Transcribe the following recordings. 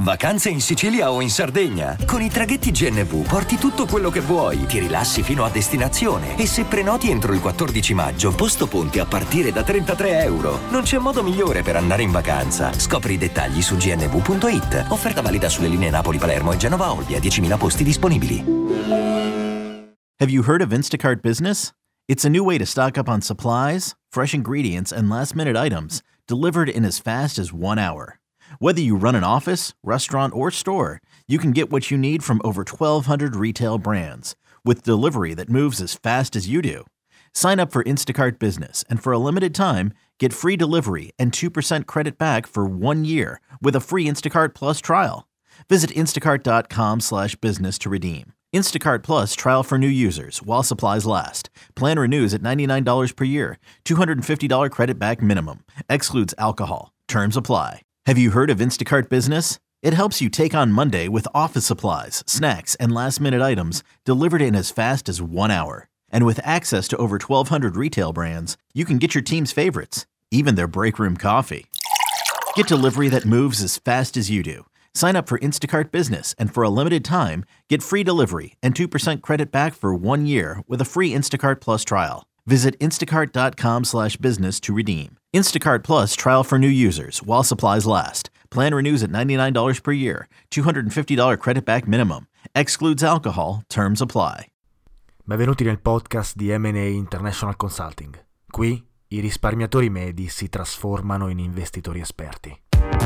Vacanze in Sicilia o in Sardegna? Con i traghetti GNV porti tutto quello che vuoi, ti rilassi fino a destinazione e se prenoti entro il 14 maggio, posto ponti a partire da €33. Non c'è modo migliore per andare in vacanza. Scopri i dettagli su gnv.it. Offerta valida sulle linee Napoli-Palermo e Genova-Olbia, 10.000 posti disponibili. Have you heard of Instacart Business? It's a new way to stock up on supplies, fresh ingredients, and last-minute items delivered in as fast as 1 hour. Whether you run an office, restaurant, or store, you can get what you need from over 1,200 retail brands with delivery that moves as fast as you do. Sign up for Instacart Business and for a limited time, get free delivery and 2% credit back for 1 year with a free Instacart Plus trial. Visit instacart.com/business to redeem. Instacart Plus trial for new users while supplies last. Plan renews at $99 per year. $250 credit back minimum. Excludes alcohol. Terms apply. Have you heard of Instacart Business? It helps you take on Monday with office supplies, snacks, and last-minute items delivered in as fast as 1 hour. And with access to over 1,200 retail brands, you can get your team's favorites, even their break room coffee. Get delivery that moves as fast as you do. Sign up for Instacart Business and for a limited time, get free delivery and 2% credit back for 1 year with a free Instacart Plus trial. Visit instacart.com/business to redeem. Instacart Plus trial for new users while supplies last. Plan renews at $99 per year. $250 credit back minimum. Excludes alcohol. Terms apply. Benvenuti nel podcast di M&A International Consulting. Qui i risparmiatori medi si trasformano in investitori esperti.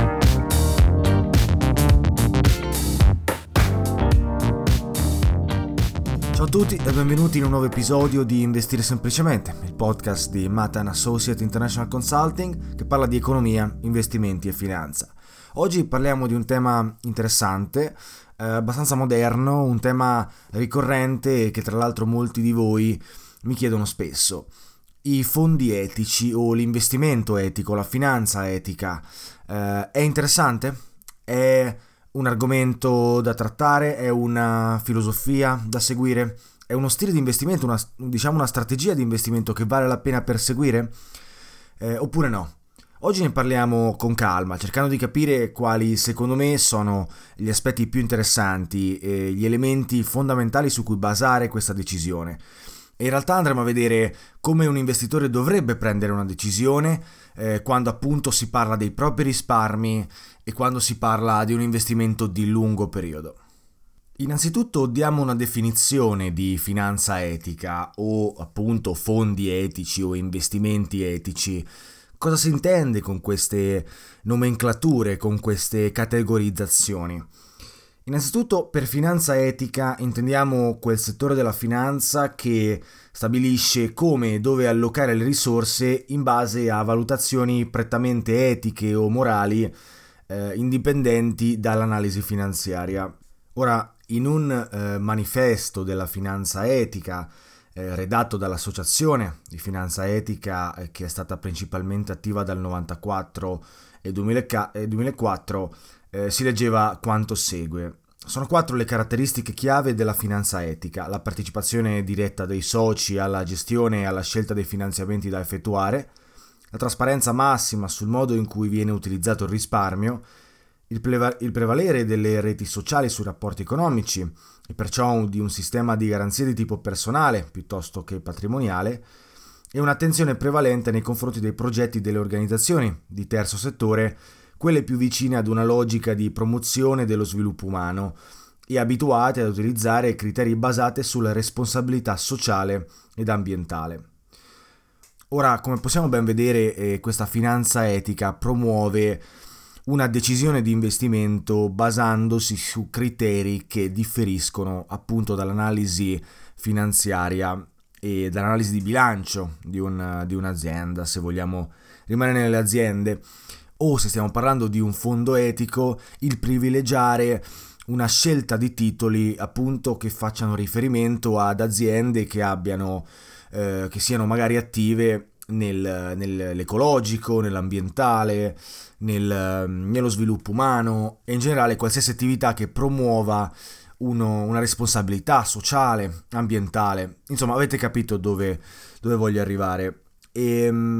Ciao a tutti e benvenuti in un nuovo episodio di Investire Semplicemente, il podcast di Matan Associate International Consulting che parla di economia, investimenti e finanza. Oggi parliamo di un tema interessante, abbastanza moderno, un tema ricorrente che tra l'altro molti di voi mi chiedono spesso. I fondi etici o l'investimento etico, la finanza etica, è interessante? È un argomento da trattare? È una filosofia da seguire? È uno stile di investimento, una strategia di investimento che vale la pena perseguire? Oppure no? Oggi ne parliamo con calma, cercando di capire quali secondo me sono gli aspetti più interessanti e gli elementi fondamentali su cui basare questa decisione. E in realtà andremo a vedere come un investitore dovrebbe prendere una decisione quando appunto si parla dei propri risparmi e quando si parla di un investimento di lungo periodo. Innanzitutto diamo una definizione di finanza etica o appunto fondi etici o investimenti etici. Cosa si intende con queste nomenclature, con queste categorizzazioni? Innanzitutto per finanza etica intendiamo quel settore della finanza che stabilisce come e dove allocare le risorse in base a valutazioni prettamente etiche o morali indipendenti dall'analisi finanziaria. Ora, in un manifesto della finanza etica redatto dall'Associazione di Finanza Etica che è stata principalmente attiva dal 1994 e 2004 si leggeva quanto segue. Sono 4 le caratteristiche chiave della finanza etica: la partecipazione diretta dei soci alla gestione e alla scelta dei finanziamenti da effettuare, la trasparenza massima sul modo in cui viene utilizzato il risparmio, il prevalere delle reti sociali sui rapporti economici e perciò di un sistema di garanzie di tipo personale piuttosto che patrimoniale, e un'attenzione prevalente nei confronti dei progetti delle organizzazioni di terzo settore, quelle più vicine ad una logica di promozione dello sviluppo umano e abituate ad utilizzare criteri basati sulla responsabilità sociale ed ambientale. Ora, come possiamo ben vedere, questa finanza etica promuove una decisione di investimento basandosi su criteri che differiscono appunto dall'analisi finanziaria e dall'analisi di bilancio di un'azienda, se vogliamo rimanere nelle aziende, o se stiamo parlando di un fondo etico, il privilegiare una scelta di titoli appunto che facciano riferimento ad aziende che abbiano che siano magari attive nell'ecologico, nell'ambientale, nello sviluppo umano e in generale qualsiasi attività che promuova una responsabilità sociale, ambientale. Insomma, avete capito dove voglio arrivare. E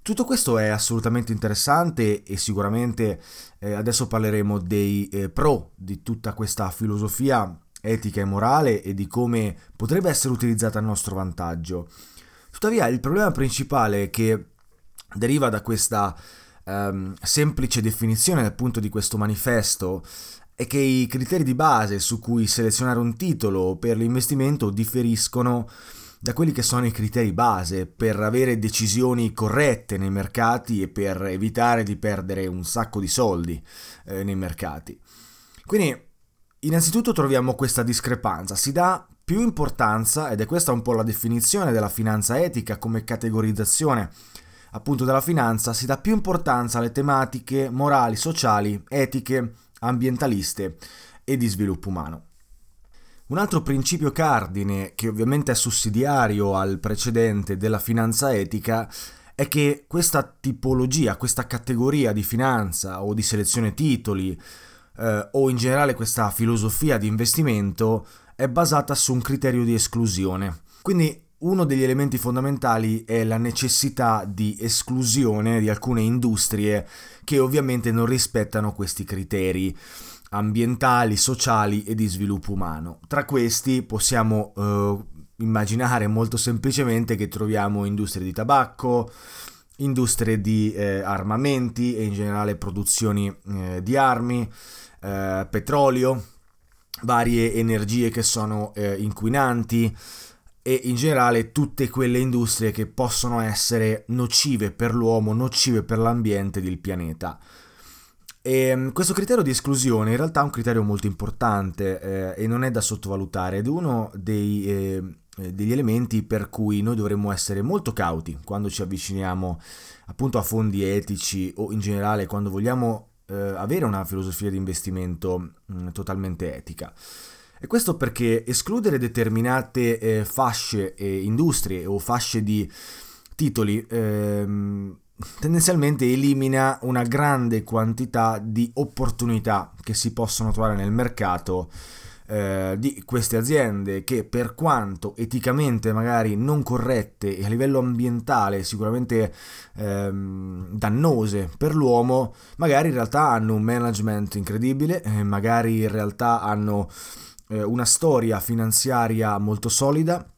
Tutto questo è assolutamente interessante e sicuramente adesso parleremo dei pro di tutta questa filosofia etica e morale e di come potrebbe essere utilizzata a nostro vantaggio. Tuttavia, il problema principale che deriva da questa semplice definizione appunto di questo manifesto è che i criteri di base su cui selezionare un titolo per l'investimento differiscono da quelli che sono i criteri base per avere decisioni corrette nei mercati e per evitare di perdere un sacco di soldi nei mercati. Quindi, innanzitutto troviamo questa discrepanza, si dà più importanza, ed è questa un po' la definizione della finanza etica come categorizzazione appunto della finanza, si dà più importanza alle tematiche morali, sociali, etiche, ambientaliste e di sviluppo umano. Un altro principio cardine, che ovviamente è sussidiario al precedente della finanza etica, è che questa tipologia, questa categoria di finanza o di selezione titoli o in generale questa filosofia di investimento è basata su un criterio di esclusione. Quindi uno degli elementi fondamentali è la necessità di esclusione di alcune industrie che ovviamente non rispettano questi criteri ambientali, sociali e di sviluppo umano. Tra questi possiamo immaginare molto semplicemente che troviamo industrie di tabacco, industrie di armamenti e in generale produzioni di armi, petrolio, varie energie che sono inquinanti e in generale tutte quelle industrie che possono essere nocive per l'uomo, nocive per l'ambiente del pianeta. E questo criterio di esclusione in realtà è un criterio molto importante e non è da sottovalutare, ed uno degli elementi per cui noi dovremmo essere molto cauti quando ci avviciniamo appunto a fondi etici o in generale quando vogliamo avere una filosofia di investimento totalmente etica. E questo perché escludere determinate fasce e industrie o fasce di titoli tendenzialmente elimina una grande quantità di opportunità che si possono trovare nel mercato di queste aziende che, per quanto eticamente magari non corrette e a livello ambientale sicuramente dannose per l'uomo, magari in realtà hanno un management incredibile, magari in realtà hanno una storia finanziaria molto solida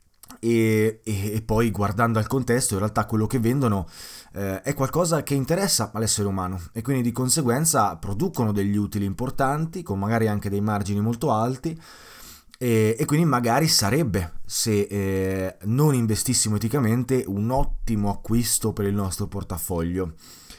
e poi, guardando al contesto, in realtà quello che vendono è qualcosa che interessa all'essere umano e quindi di conseguenza producono degli utili importanti con magari anche dei margini molto alti e quindi magari sarebbe, se non investissimo eticamente, un ottimo acquisto per il nostro portafoglio.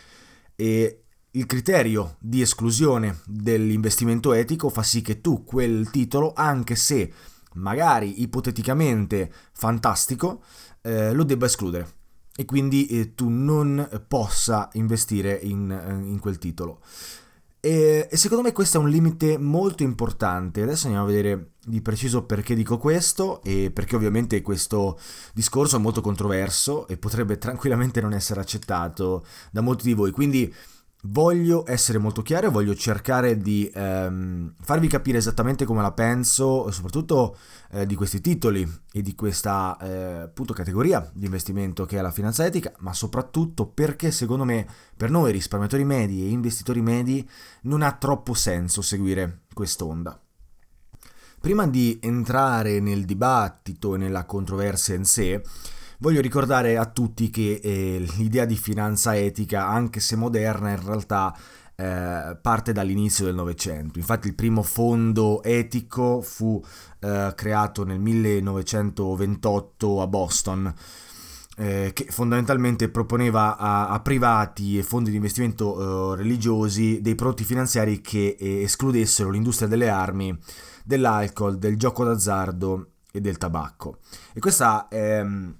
E il criterio di esclusione dell'investimento etico fa sì che tu quel titolo, anche se magari ipoteticamente fantastico, lo debba escludere e quindi tu non possa investire in quel titolo. E secondo me questo è un limite molto importante. Adesso andiamo a vedere di preciso perché dico questo, e perché ovviamente questo discorso è molto controverso e potrebbe tranquillamente non essere accettato da molti di voi. Quindi voglio essere molto chiaro e voglio cercare di farvi capire esattamente come la penso, soprattutto di questi titoli e di questa appunto categoria di investimento che è la finanza etica, ma soprattutto perché secondo me per noi risparmiatori medi e investitori medi non ha troppo senso seguire quest'onda. Prima di entrare nel dibattito e nella controversia in sé, voglio ricordare a tutti che l'idea di finanza etica, anche se moderna, in realtà parte dall'inizio del Novecento. Infatti il primo fondo etico fu creato nel 1928 a Boston, che fondamentalmente proponeva a privati e fondi di investimento religiosi dei prodotti finanziari che escludessero l'industria delle armi, dell'alcol, del gioco d'azzardo e del tabacco. E questa è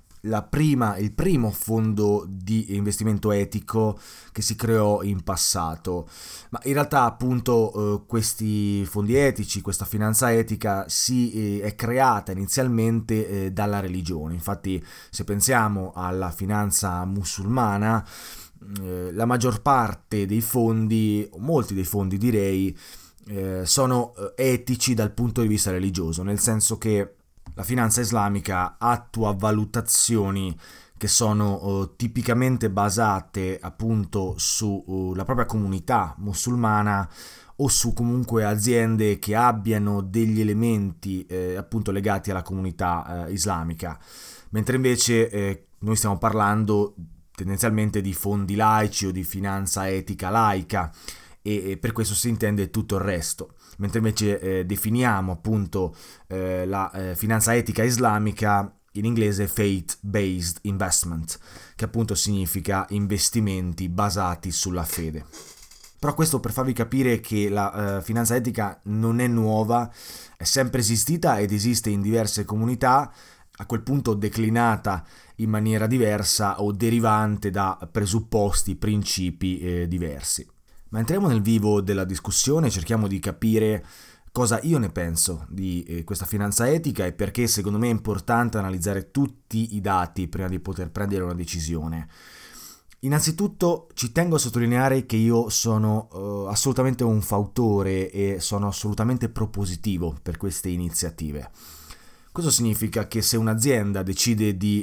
il primo fondo di investimento etico che si creò in passato, ma in realtà appunto questi fondi etici, questa finanza etica è creata inizialmente dalla religione. Infatti, se pensiamo alla finanza musulmana, la maggior parte dei fondi, o molti dei fondi direi, sono etici dal punto di vista religioso, nel senso che la finanza islamica attua valutazioni che sono tipicamente basate appunto sulla propria comunità musulmana o su comunque aziende che abbiano degli elementi appunto legati alla comunità islamica, mentre invece noi stiamo parlando tendenzialmente di fondi laici o di finanza etica laica, e per questo si intende tutto il resto, mentre invece definiamo appunto la finanza etica islamica in inglese faith-based investment, che appunto significa investimenti basati sulla fede. Però questo per farvi capire che la finanza etica non è nuova, è sempre esistita ed esiste in diverse comunità, a quel punto declinata in maniera diversa o derivante da presupposti, principi diversi. Ma entriamo nel vivo della discussione, cerchiamo di capire cosa io ne penso di questa finanza etica e perché secondo me è importante analizzare tutti i dati prima di poter prendere una decisione. Innanzitutto ci tengo a sottolineare che io sono assolutamente un fautore e sono assolutamente propositivo per queste iniziative. Questo significa che se un'azienda decide di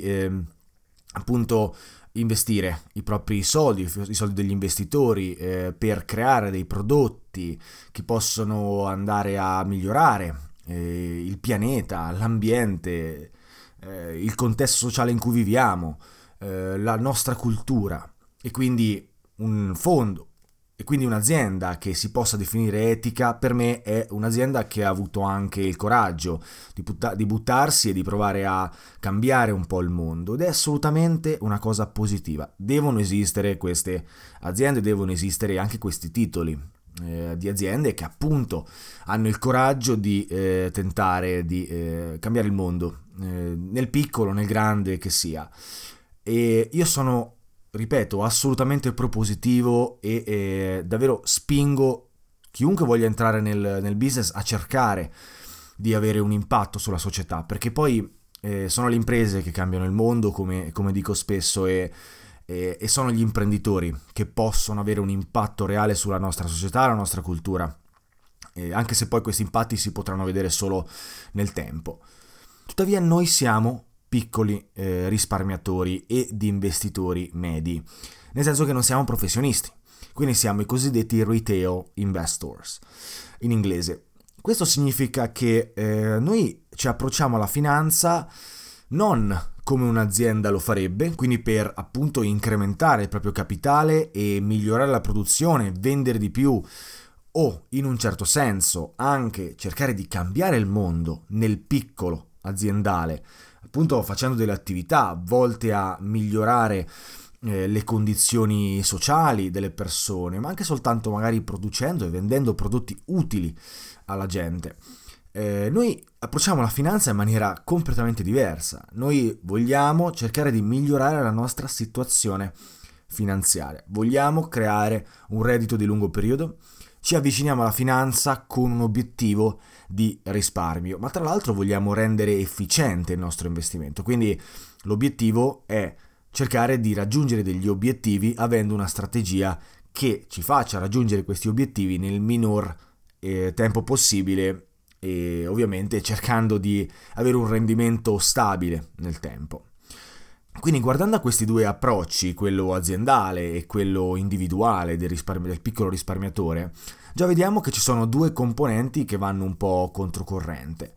appunto investire i propri soldi, i soldi degli investitori per creare dei prodotti che possono andare a migliorare il pianeta, l'ambiente, il contesto sociale in cui viviamo, la nostra cultura, e quindi un fondo e quindi un'azienda che si possa definire etica, per me è un'azienda che ha avuto anche il coraggio di buttarsi e di provare a cambiare un po' il mondo, ed è assolutamente una cosa positiva. Devono esistere queste aziende, devono esistere anche questi titoli di aziende che appunto hanno il coraggio di tentare di cambiare il mondo, nel piccolo, nel grande che sia. E io sono, ripeto, assolutamente propositivo e davvero spingo chiunque voglia entrare nel business a cercare di avere un impatto sulla società, perché poi sono le imprese che cambiano il mondo, come dico spesso, e sono gli imprenditori che possono avere un impatto reale sulla nostra società, la nostra cultura, anche se poi questi impatti si potranno vedere solo nel tempo. Tuttavia noi siamo piccoli risparmiatori e di investitori medi, nel senso che non siamo professionisti, quindi siamo i cosiddetti retail investors in inglese. Questo significa che noi ci approcciamo alla finanza non come un'azienda lo farebbe, quindi per appunto incrementare il proprio capitale e migliorare la produzione, vendere di più, o in un certo senso anche cercare di cambiare il mondo nel piccolo aziendale, appunto facendo delle attività volte a migliorare le condizioni sociali delle persone, ma anche soltanto magari producendo e vendendo prodotti utili alla gente. Noi approcciamo la finanza in maniera completamente diversa. Noi vogliamo cercare di migliorare la nostra situazione finanziaria, vogliamo creare un reddito di lungo periodo, ci avviciniamo alla finanza con un obiettivo di risparmio, ma tra l'altro vogliamo rendere efficiente il nostro investimento, quindi l'obiettivo è cercare di raggiungere degli obiettivi avendo una strategia che ci faccia raggiungere questi obiettivi nel minor tempo possibile, e ovviamente cercando di avere un rendimento stabile nel tempo. Quindi guardando a questi due approcci, quello aziendale e quello individuale del piccolo risparmiatore, già vediamo che ci sono due componenti che vanno un po' controcorrente.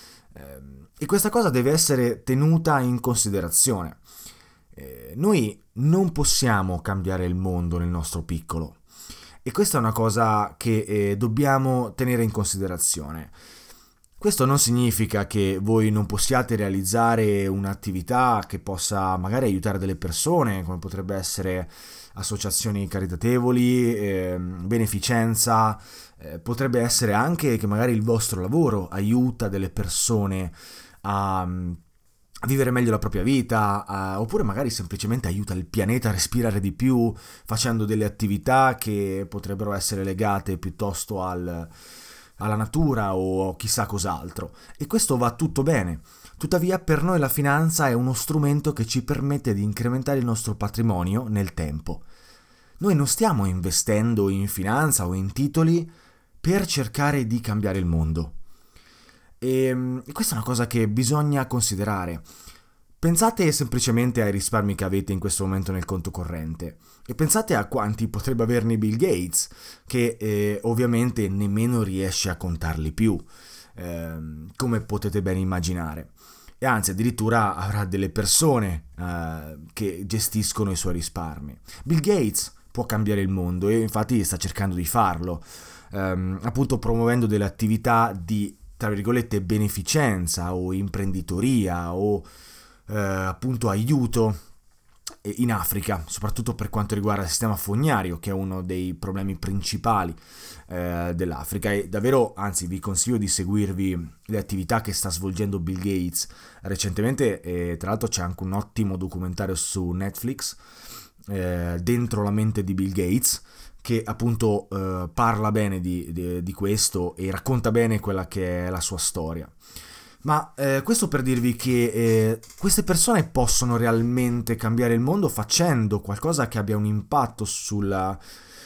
E questa cosa deve essere tenuta in considerazione. Noi non possiamo cambiare il mondo nel nostro piccolo, e questa è una cosa che dobbiamo tenere in considerazione. Questo non significa che voi non possiate realizzare un'attività che possa magari aiutare delle persone, come potrebbe essere associazioni caritatevoli, beneficenza, potrebbe essere anche che magari il vostro lavoro aiuta delle persone a vivere meglio la propria vita, oppure magari semplicemente aiuta il pianeta a respirare di più, facendo delle attività che potrebbero essere legate piuttosto alla natura o chissà cos'altro, e questo va tutto bene. Tuttavia per noi la finanza è uno strumento che ci permette di incrementare il nostro patrimonio nel tempo. Noi non stiamo investendo in finanza o in titoli per cercare di cambiare il mondo, e questa è una cosa che bisogna considerare. Pensate semplicemente ai risparmi che avete in questo momento nel conto corrente e pensate a quanti potrebbe averne Bill Gates, che ovviamente nemmeno riesce a contarli più, come potete ben immaginare. E anzi, addirittura avrà delle persone che gestiscono i suoi risparmi. Bill Gates può cambiare il mondo e infatti sta cercando di farlo, appunto promuovendo delle attività di, tra virgolette, beneficenza o imprenditoria o appunto aiuto in Africa, soprattutto per quanto riguarda il sistema fognario, che è uno dei problemi principali dell'Africa. E davvero, anzi, vi consiglio di seguirvi le attività che sta svolgendo Bill Gates recentemente. Tra l'altro c'è anche un ottimo documentario su Netflix, Dentro la mente di Bill Gates, che appunto parla bene di questo e racconta bene quella che è la sua storia. Ma questo per dirvi che queste persone possono realmente cambiare il mondo facendo qualcosa che abbia un impatto sulla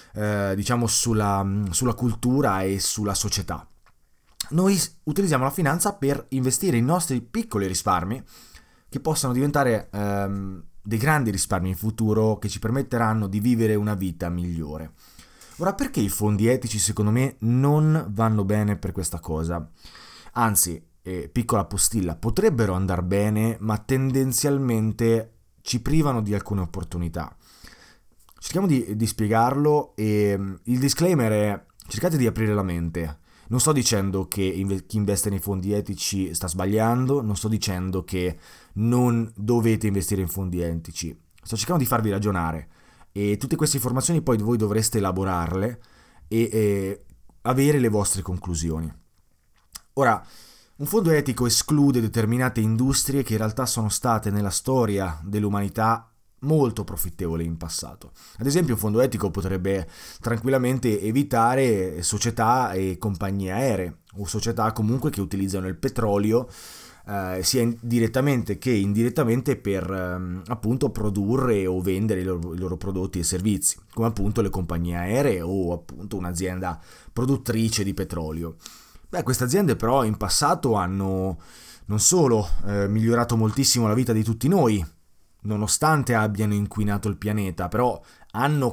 cultura e sulla società. Noi utilizziamo la finanza per investire i nostri piccoli risparmi che possano diventare dei grandi risparmi in futuro che ci permetteranno di vivere una vita migliore. Ora, perché i fondi etici secondo me non vanno bene per questa cosa? Anzi, piccola postilla, potrebbero andare bene, ma tendenzialmente ci privano di alcune opportunità. Cerchiamo di spiegarlo e il disclaimer è: cercate di aprire la mente. Non sto dicendo che chi investe nei fondi etici sta sbagliando, non sto dicendo che non dovete investire in fondi etici, sto cercando di farvi ragionare e tutte queste informazioni poi voi dovreste elaborarle e avere le vostre conclusioni. Ora, un fondo etico esclude determinate industrie che in realtà sono state nella storia dell'umanità molto profittevoli in passato. Ad esempio, un fondo etico potrebbe tranquillamente evitare società e compagnie aeree o società comunque che utilizzano il petrolio sia direttamente che indirettamente per appunto produrre o vendere i loro prodotti e servizi, come appunto le compagnie aeree o appunto un'azienda produttrice di petrolio. Queste aziende però in passato hanno non solo migliorato moltissimo la vita di tutti noi, nonostante abbiano inquinato il pianeta, però hanno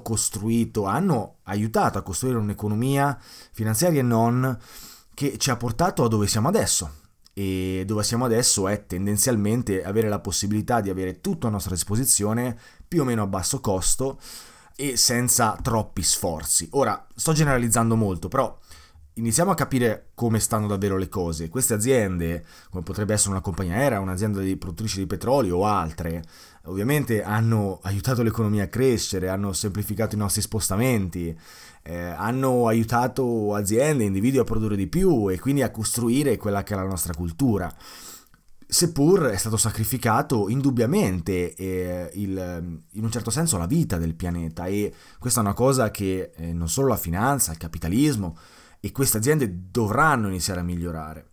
aiutato a costruire un'economia finanziaria e non, che ci ha portato a dove siamo adesso. E dove siamo adesso è tendenzialmente avere la possibilità di avere tutto a nostra disposizione più o meno a basso costo e senza troppi sforzi. Ora, sto generalizzando molto, però iniziamo a capire come stanno davvero le cose. Queste aziende, come potrebbe essere una compagnia aerea, un'azienda di produttrice di petrolio o altre, ovviamente hanno aiutato l'economia a crescere, hanno semplificato i nostri spostamenti, hanno aiutato aziende, individui a produrre di più e quindi a costruire quella che è la nostra cultura. Seppur è stato sacrificato indubbiamente in un certo senso la vita del pianeta, e questa è una cosa che non solo la finanza, il capitalismo e queste aziende dovranno iniziare a migliorare.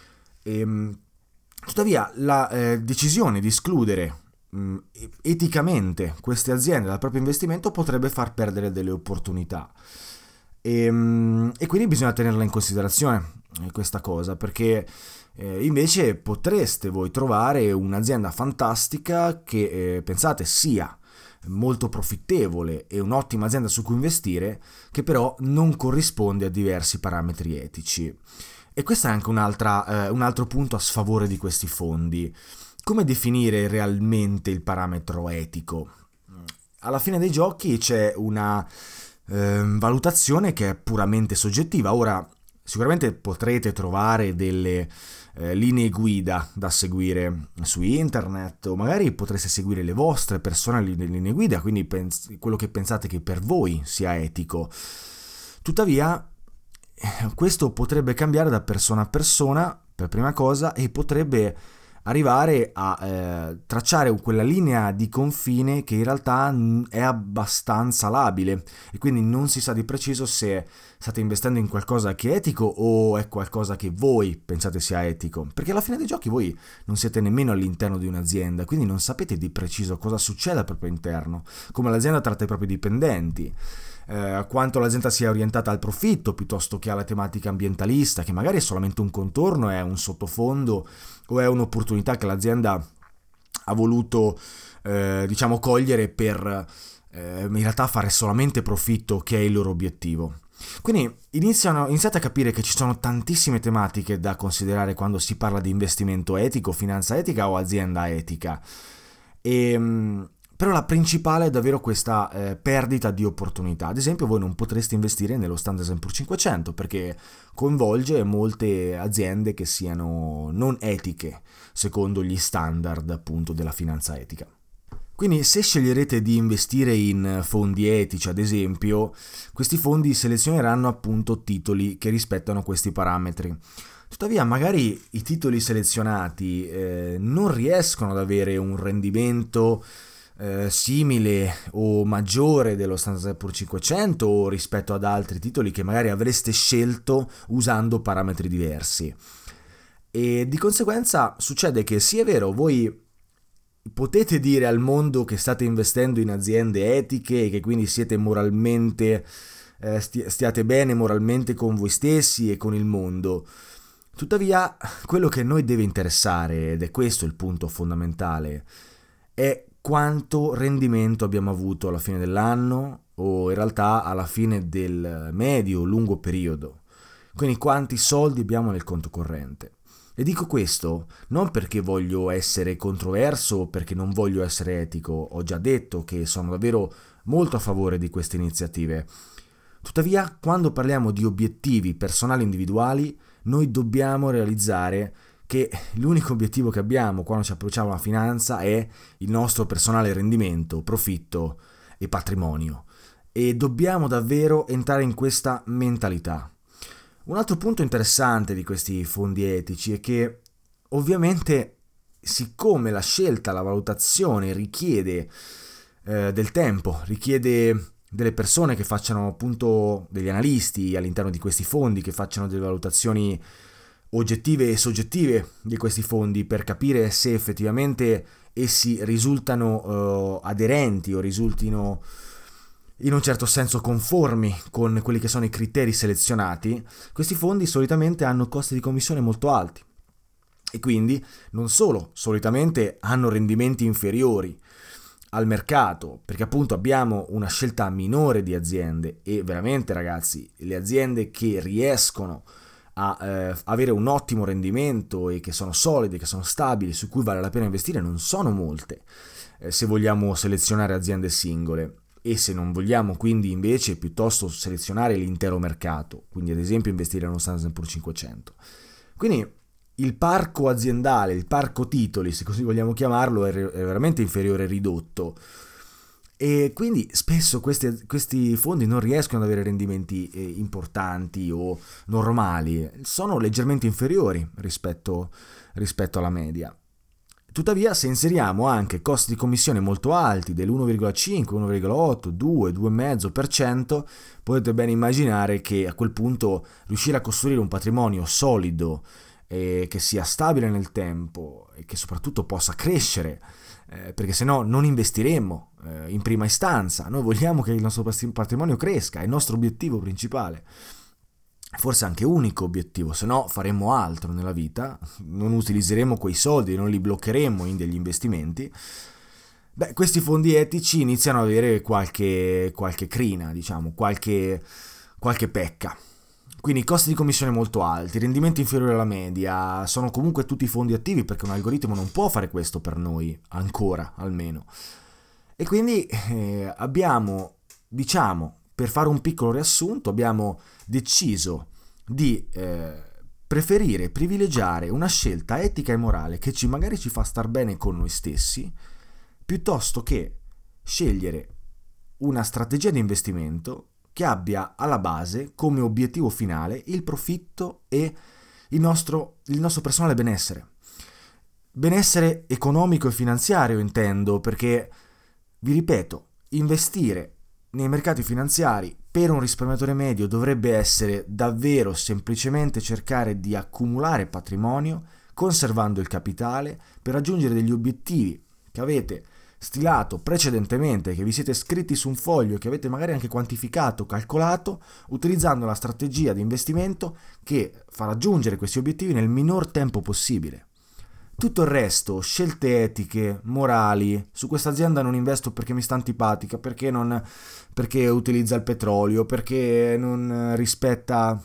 Tuttavia la decisione di escludere eticamente queste aziende dal proprio investimento potrebbe far perdere delle opportunità e quindi bisogna tenerla in considerazione questa cosa, perché invece potreste voi trovare un'azienda fantastica che pensate sia molto profittevole e un'ottima azienda su cui investire, che però non corrisponde a diversi parametri etici. E questo è anche un altro punto a sfavore di questi fondi. Come definire realmente il parametro etico? Alla fine dei giochi c'è una valutazione che è puramente soggettiva. Ora, sicuramente potrete trovare delle linee guida da seguire su internet, o magari potreste seguire le vostre personali linee guida, quindi quello che pensate che per voi sia etico. Tuttavia, questo potrebbe cambiare da persona a persona, per prima cosa, e potrebbe arrivare a tracciare quella linea di confine che in realtà è abbastanza labile e quindi non si sa di preciso se state investendo in qualcosa che è etico o è qualcosa che voi pensate sia etico, perché alla fine dei giochi voi non siete nemmeno all'interno di un'azienda, quindi non sapete di preciso cosa succede al proprio interno, come l'azienda tratta i propri dipendenti, quanto l'azienda sia orientata al profitto piuttosto che alla tematica ambientalista, che magari è solamente un contorno, è un sottofondo o è un'opportunità che l'azienda ha voluto cogliere per in realtà fare solamente profitto, che è il loro obiettivo. Quindi iniziate a capire che ci sono tantissime tematiche da considerare quando si parla di investimento etico, finanza etica o azienda etica. Però la principale è davvero questa perdita di opportunità. Ad esempio, voi non potreste investire nello Standard & Poor's 500 perché coinvolge molte aziende che siano non etiche, secondo gli standard appunto della finanza etica. Quindi se sceglierete di investire in fondi etici, ad esempio, questi fondi selezioneranno appunto titoli che rispettano questi parametri. Tuttavia, magari i titoli selezionati non riescono ad avere un rendimento simile o maggiore dello Standard & Poor's 500 rispetto ad altri titoli che magari avreste scelto usando parametri diversi. E di conseguenza succede che sì, è vero, voi potete dire al mondo che state investendo in aziende etiche e che quindi siete moralmente stiate bene moralmente con voi stessi e con il mondo. Tuttavia, quello che a noi deve interessare, ed è questo il punto fondamentale, è quanto rendimento abbiamo avuto alla fine dell'anno o in realtà alla fine del medio-lungo periodo. Quindi quanti soldi abbiamo nel conto corrente. E dico questo non perché voglio essere controverso o perché non voglio essere etico, ho già detto che sono davvero molto a favore di queste iniziative. Tuttavia, quando parliamo di obiettivi personali individuali, noi dobbiamo realizzare che l'unico obiettivo che abbiamo quando ci approcciamo alla finanza è il nostro personale rendimento, profitto e patrimonio. E dobbiamo davvero entrare in questa mentalità. Un altro punto interessante di questi fondi etici è che ovviamente siccome la scelta, la valutazione richiede del tempo, richiede delle persone che facciano appunto degli analisti all'interno di questi fondi, che facciano delle valutazioni oggettive e soggettive di questi fondi per capire se effettivamente essi risultano aderenti o risultino in un certo senso conformi con quelli che sono i criteri selezionati. Questi fondi solitamente hanno costi di commissione molto alti e quindi non solo solitamente hanno rendimenti inferiori al mercato, perché appunto abbiamo una scelta minore di aziende e veramente ragazzi, le aziende che riescono a avere un ottimo rendimento e che sono solide, che sono stabili, su cui vale la pena investire non sono molte se vogliamo selezionare aziende singole. E se non vogliamo quindi invece piuttosto selezionare l'intero mercato, quindi ad esempio investire nello Standard & Poor's 500. Quindi il parco aziendale, il parco titoli, se così vogliamo chiamarlo, è veramente inferiore e ridotto. E quindi spesso questi fondi non riescono ad avere rendimenti importanti o normali, sono leggermente inferiori rispetto alla media. Se inseriamo anche costi di commissione molto alti dell'1,5, 1,8, 2, 2,5%, potete ben immaginare che a quel punto riuscire a costruire un patrimonio solido che sia stabile nel tempo e che soprattutto possa crescere, perché se no non investiremmo in prima istanza. Noi vogliamo che il nostro patrimonio cresca, è il nostro obiettivo principale. Forse anche unico obiettivo, se no faremmo altro nella vita, non utilizzeremo quei soldi, non li bloccheremo in degli investimenti. Questi fondi etici iniziano ad avere qualche crina, diciamo, qualche pecca. Quindi costi di commissione molto alti, rendimenti inferiori alla media, sono comunque tutti fondi attivi perché un algoritmo non può fare questo per noi, ancora almeno. E quindi abbiamo, diciamo, per fare un piccolo riassunto, abbiamo deciso di privilegiare una scelta etica e morale che magari ci fa star bene con noi stessi, piuttosto che scegliere una strategia di investimento che abbia alla base come obiettivo finale il profitto e il nostro personale benessere. Benessere economico e finanziario intendo, perché, vi ripeto, investire nei mercati finanziari per un risparmiatore medio dovrebbe essere davvero semplicemente cercare di accumulare patrimonio conservando il capitale per raggiungere degli obiettivi che avete stilato precedentemente, che vi siete scritti su un foglio, che avete magari anche quantificato, calcolato, utilizzando la strategia di investimento che fa raggiungere questi obiettivi nel minor tempo possibile. Tutto il resto, scelte etiche, morali, su questa azienda non investo perché mi sta antipatica, perché utilizza il petrolio, perché non rispetta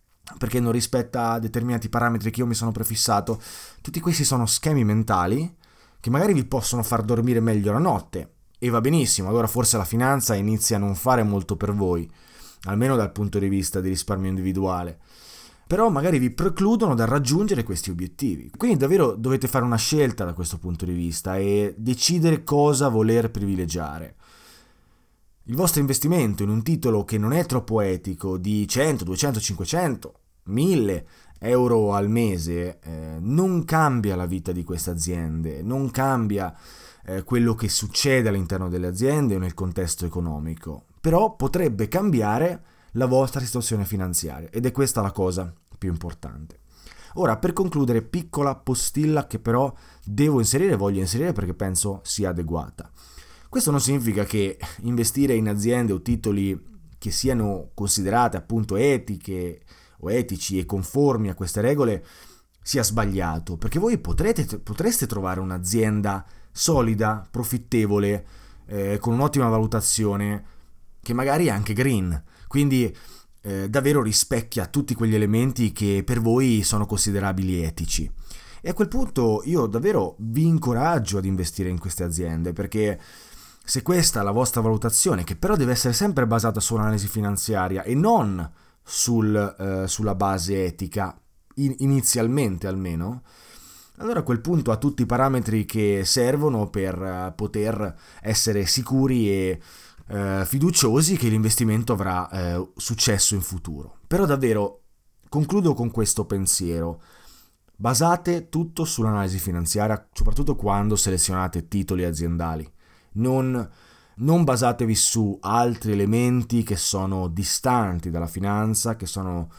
determinati parametri che io mi sono prefissato. Tutti questi sono schemi mentali che magari vi possono far dormire meglio la notte, e va benissimo, allora forse la finanza inizia a non fare molto per voi, almeno dal punto di vista di risparmio individuale. Però magari vi precludono dal raggiungere questi obiettivi. Quindi davvero dovete fare una scelta da questo punto di vista e decidere cosa voler privilegiare. Il vostro investimento in un titolo che non è troppo etico, di 100, 200, 500, 1000 euro al mese, non cambia la vita di queste aziende, non cambia quello che succede all'interno delle aziende o nel contesto economico, però potrebbe cambiare la vostra situazione finanziaria, ed è questa la cosa più importante. Ora, per concludere, piccola postilla che però voglio inserire perché penso sia adeguata. Questo non significa che investire in aziende o titoli che siano considerate appunto etiche o etici e conformi a queste regole sia sbagliato, perché voi potreste trovare un'azienda solida, profittevole, con un'ottima valutazione, che magari è anche green, quindi davvero rispecchia tutti quegli elementi che per voi sono considerabili etici. E a quel punto io davvero vi incoraggio ad investire in queste aziende, perché se questa è la vostra valutazione, che però deve essere sempre basata sull'analisi finanziaria e non sulla base etica, inizialmente almeno, allora a quel punto ha tutti i parametri che servono per poter essere sicuri e fiduciosi che l'investimento avrà successo in futuro. Però davvero concludo con questo pensiero: basate tutto sull'analisi finanziaria, soprattutto quando selezionate titoli aziendali. Non basatevi su altri elementi che sono distanti dalla finanza, che sono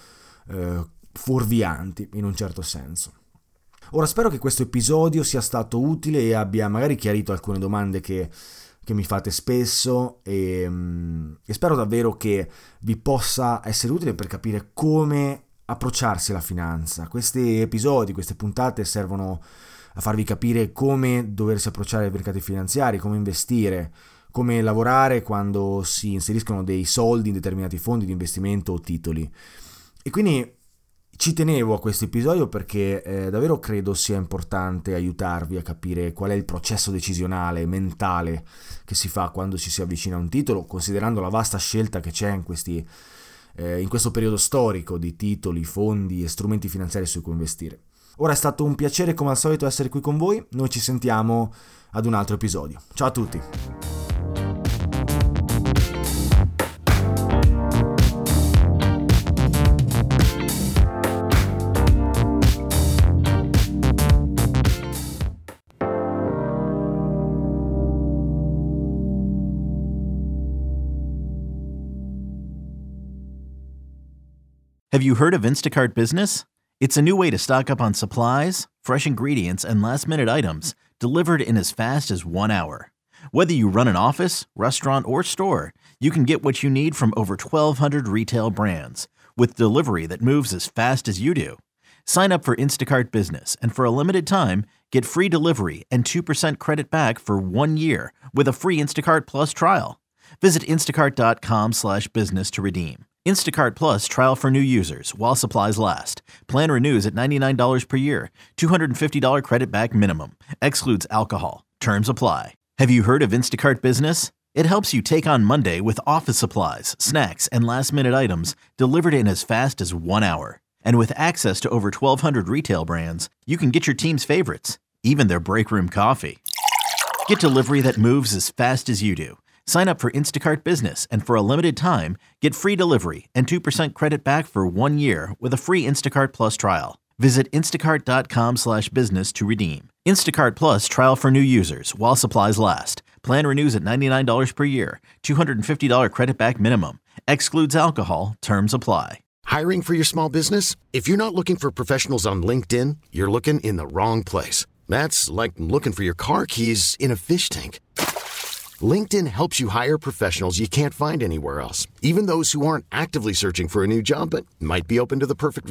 fuorvianti in un certo senso. Ora, spero che questo episodio sia stato utile e abbia magari chiarito alcune domande che mi fate spesso, e spero davvero che vi possa essere utile per capire come approcciarsi alla finanza. Questi episodi, queste puntate servono a farvi capire come doversi approcciare ai mercati finanziari, come investire, come lavorare quando si inseriscono dei soldi in determinati fondi di investimento o titoli. E quindi ci tenevo a questo episodio perché davvero credo sia importante aiutarvi a capire qual è il processo decisionale, mentale che si fa quando ci si avvicina a un titolo, considerando la vasta scelta che c'è in questo periodo storico di titoli, fondi e strumenti finanziari su cui investire. Ora è stato un piacere come al solito essere qui con voi, noi ci sentiamo ad un altro episodio. Ciao a tutti! Have you heard of Instacart Business? It's a new way to stock up on supplies, fresh ingredients, and last-minute items delivered in as fast as 1 hour. Whether you run an office, restaurant, or store, you can get what you need from over 1,200 retail brands with delivery that moves as fast as you do. Sign up for Instacart Business, and for a limited time, get free delivery and 2% credit back for 1 year with a free Instacart Plus trial. Visit instacart.com/business to redeem. Instacart Plus trial for new users while supplies last. Plan renews at $99 per year. $250 credit back minimum. Excludes alcohol. Terms apply. Have you heard of Instacart Business? It helps you take on Monday with office supplies, snacks, and last-minute items delivered in as fast as 1 hour. And with access to over 1,200 retail brands, you can get your team's favorites, even their break room coffee. Get delivery that moves as fast as you do. Sign up for Instacart Business, and for a limited time, get free delivery and 2% credit back for 1 year with a free Instacart Plus trial. Visit instacart.com/business to redeem. Instacart Plus trial for new users while supplies last. Plan renews at $99 per year. $250 credit back minimum. Excludes alcohol. Terms apply. Hiring for your small business? If you're not looking for professionals on LinkedIn, you're looking in the wrong place. That's like looking for your car keys in a fish tank. LinkedIn helps you hire professionals you can't find anywhere else, even those who aren't actively searching for a new job but might be open to the perfect role.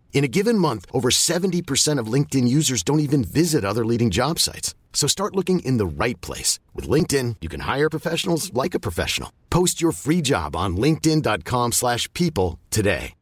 In a given month, over 70% of LinkedIn users don't even visit other leading job sites. So start looking in the right place. With LinkedIn, you can hire professionals like a professional. Post your free job on linkedin.com/people today.